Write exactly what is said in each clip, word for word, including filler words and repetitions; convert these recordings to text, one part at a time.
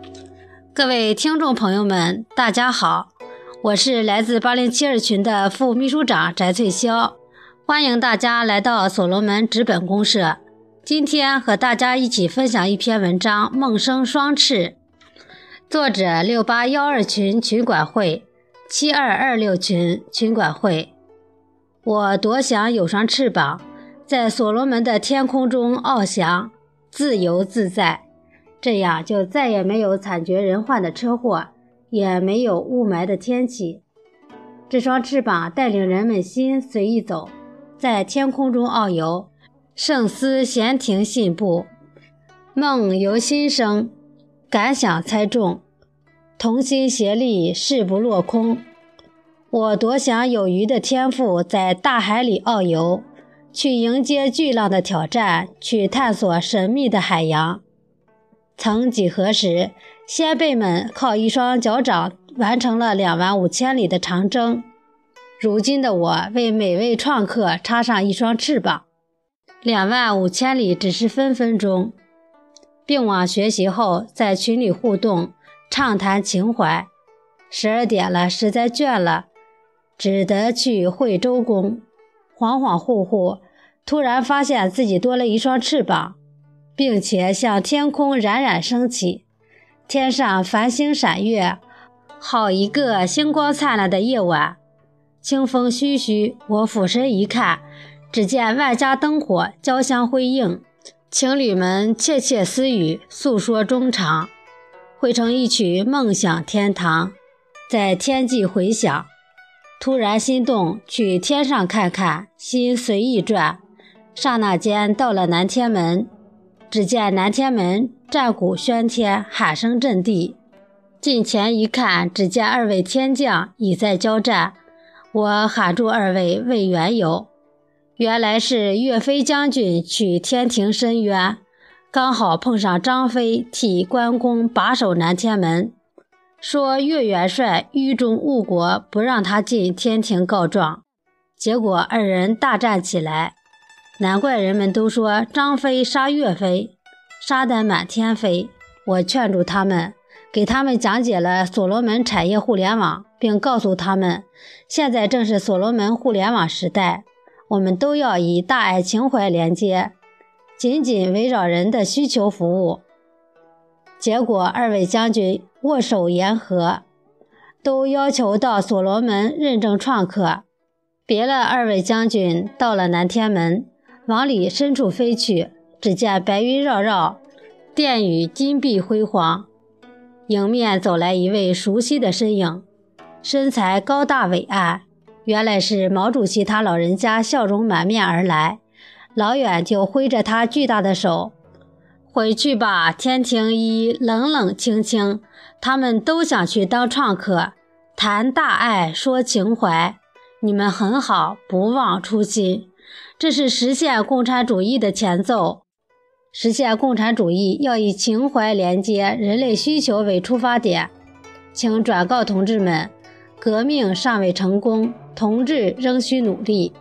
各位听众朋友们，大家好，我是来自八零七二群的副秘书长翟翠霄，欢迎大家来到所罗门纸本公社。今天和大家一起分享一篇文章《梦生双翅》，作者六八一二群群管会，七二二六群群管会。我多想有双翅膀，在所罗门的天空中翱翔，自由自在，这样就再也没有惨绝人寰的车祸，也没有雾霾的天气。这双翅膀带领人们心随意走，在天空中遨游，圣思闲庭信步，梦由心生，感想猜中，同心协力誓不落空。我多想有鱼的天赋，在大海里遨游，去迎接巨浪的挑战，去探索神秘的海洋。曾几何时，先辈们靠一双脚掌完成了两万五千里的长征，如今的我为每位创客插上一双翅膀，两万五千里只是分分钟。并网学习后，在群里互动，畅谈情怀。十二点了，实在倦了，只得去会周公。恍恍惚惚，突然发现自己多了一双翅膀，并且向天空冉冉升起。天上繁星闪月，好一个星光灿烂的夜晚。清风徐徐，我俯身一看，只见万家灯火交相辉映，情侣们窃窃私语，诉说衷肠，汇成一曲梦想天堂，在天际回响。突然心动，去天上看看，心随意转，刹那间到了南天门。只见南天门战鼓喧天，喊声震地。近前一看，只见二位天将已在交战。我喊住二位问缘由，原来是岳飞将军去天庭申冤，刚好碰上张飞替关公把守南天门，说岳元帅愚忠误国，不让他进天庭告状。结果二人大战起来，难怪人们都说张飞杀岳飞，杀得满天飞。我劝住他们，给他们讲解了所罗门产业互联网，并告诉他们，现在正是所罗门互联网时代，我们都要以大爱情怀连接，紧紧围绕人的需求服务。结果二位将军握手言和，都要求到所罗门认证创客。别了二位将军，到了南天门，往里深处飞去，只见白云绕绕，殿宇金碧辉煌。迎面走来一位熟悉的身影，身材高大伟岸，原来是毛主席他老人家笑容满面而来，老远就挥着他巨大的手。回去吧，天庭一冷冷清清，他们都想去当创客，谈大爱说情怀，你们很好，不忘初心，这是实现共产主义的前奏。实现共产主义要以情怀连接人类需求为出发点，请转告同志们，革命尚未成功，同志仍需努力。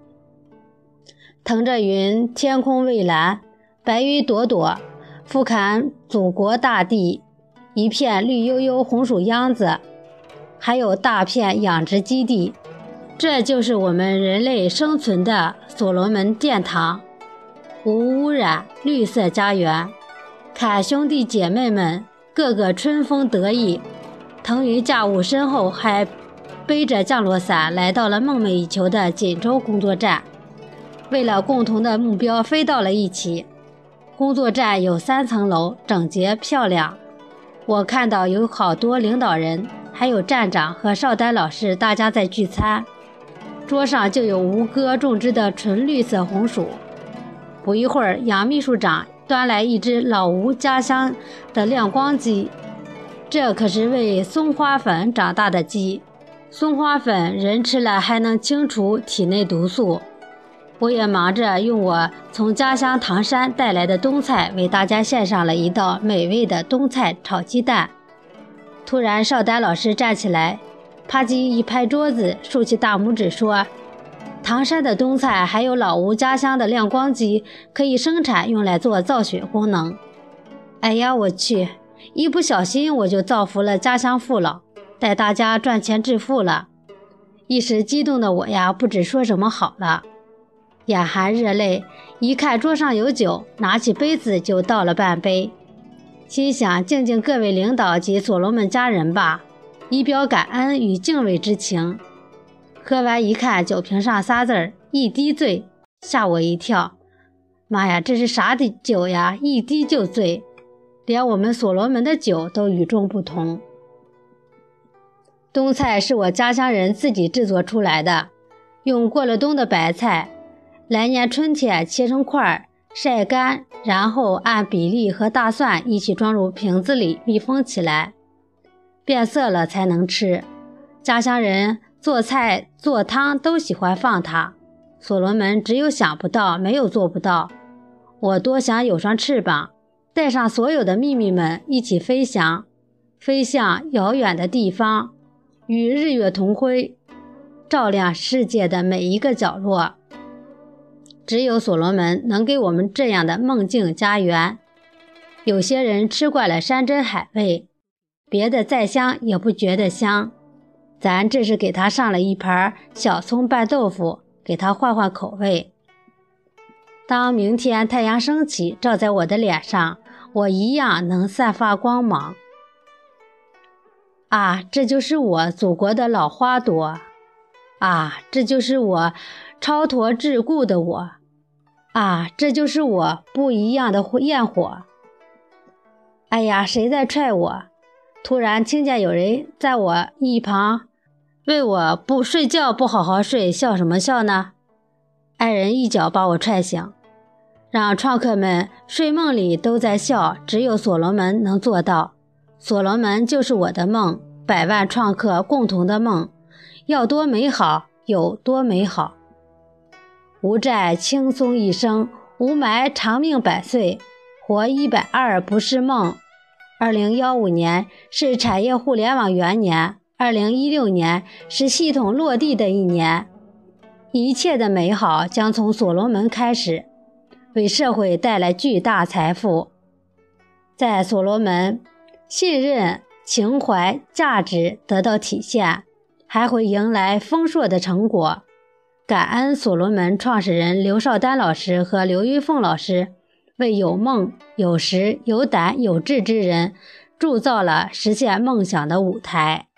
腾着云，天空蔚蓝，白云朵朵，俯瞰祖国大地，一片绿油油红薯秧子，还有大片养殖基地，这就是我们人类生存的所罗门殿堂，无污染，绿色家园。看兄弟姐妹们个个春风得意，腾云驾雾，身后还背着降落伞，来到了梦寐以求的锦州工作站，为了共同的目标飞到了一起。工作站有三层楼，整洁漂亮。我看到有好多领导人，还有站长和邵丹老师，大家在聚餐，桌上就有吴哥种植的纯绿色红薯。不一会儿，杨秘书长端来一只老吴家乡的亮光鸡，这可是喂松花粉长大的鸡，松花粉人吃了还能清除体内毒素。我也忙着用我从家乡唐山带来的冬菜为大家献上了一道美味的冬菜炒鸡蛋。突然邵丹老师站起来，啪叽一拍桌子，竖起大拇指说，唐山的冬菜还有老吴家乡的亮光鸡可以生产用来做造血功能。哎呀我去， 一不小心我就造福了家乡父老，带大家赚钱致富了。一时激动的我呀，不知说什么好了，眼含热泪，一看桌上有酒，拿起杯子就倒了半杯，心想敬敬各位领导及所罗门家人吧，以表感恩与敬畏之情。喝完一看酒瓶上仨字儿，一滴醉，吓我一跳。妈呀，这是啥的酒呀？一滴就醉，连我们所罗门的酒都与众不同。冬菜是我家乡人自己制作出来的，用过了冬的白菜，来年春天切成块晒干，然后按比例和大蒜一起装入瓶子里密封起来，变色了才能吃。家乡人做菜做汤都喜欢放它，所罗门只有想不到，没有做不到。我多想有双翅膀，带上所有的秘密们一起飞翔，飞向遥远的地方，与日月同辉，照亮世界的每一个角落。只有所罗门能给我们这样的梦境家园。有些人吃惯了山珍海味，别的再香也不觉得香，咱这是给他上了一盘小葱拌豆腐，给他换换口味。当明天太阳升起，照在我的脸上，我一样能散发光芒。啊，这就是我祖国的老花朵。啊，这就是我超脱桎梏的我。啊，这就是我不一样的焰火。哎呀，谁在踹我？突然听见有人在我一旁为我不睡觉不好好睡，笑什么笑呢？爱人一脚把我踹醒，让创客们睡梦里都在笑，只有所罗门能做到。所罗门就是我的梦，百万创客共同的梦，要多美好有多美好。无债轻松一生，无霾长命百岁，活一百二不是梦。二零一五年是产业互联网元年，二零一六年是系统落地的一年。一切的美好将从所罗门开始，为社会带来巨大财富。在所罗门，信任、情怀、价值得到体现，还会迎来丰硕的成果。感恩所罗门创始人刘少丹老师和刘云凤老师，为有梦、有识、有胆、有志之人铸造了实现梦想的舞台。